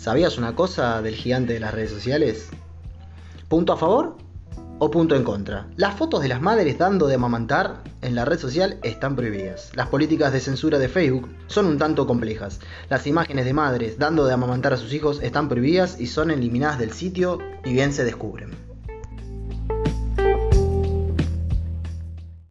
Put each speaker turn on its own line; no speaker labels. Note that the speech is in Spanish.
¿Sabías una cosa del gigante de las redes sociales? ¿Punto a favor o punto en contra? Las fotos de las madres dando de amamantar en la red social están prohibidas. Las políticas de censura de Facebook son un tanto complejas. Las imágenes de madres dando de amamantar a sus hijos están prohibidas y son eliminadas del sitio y bien se descubren.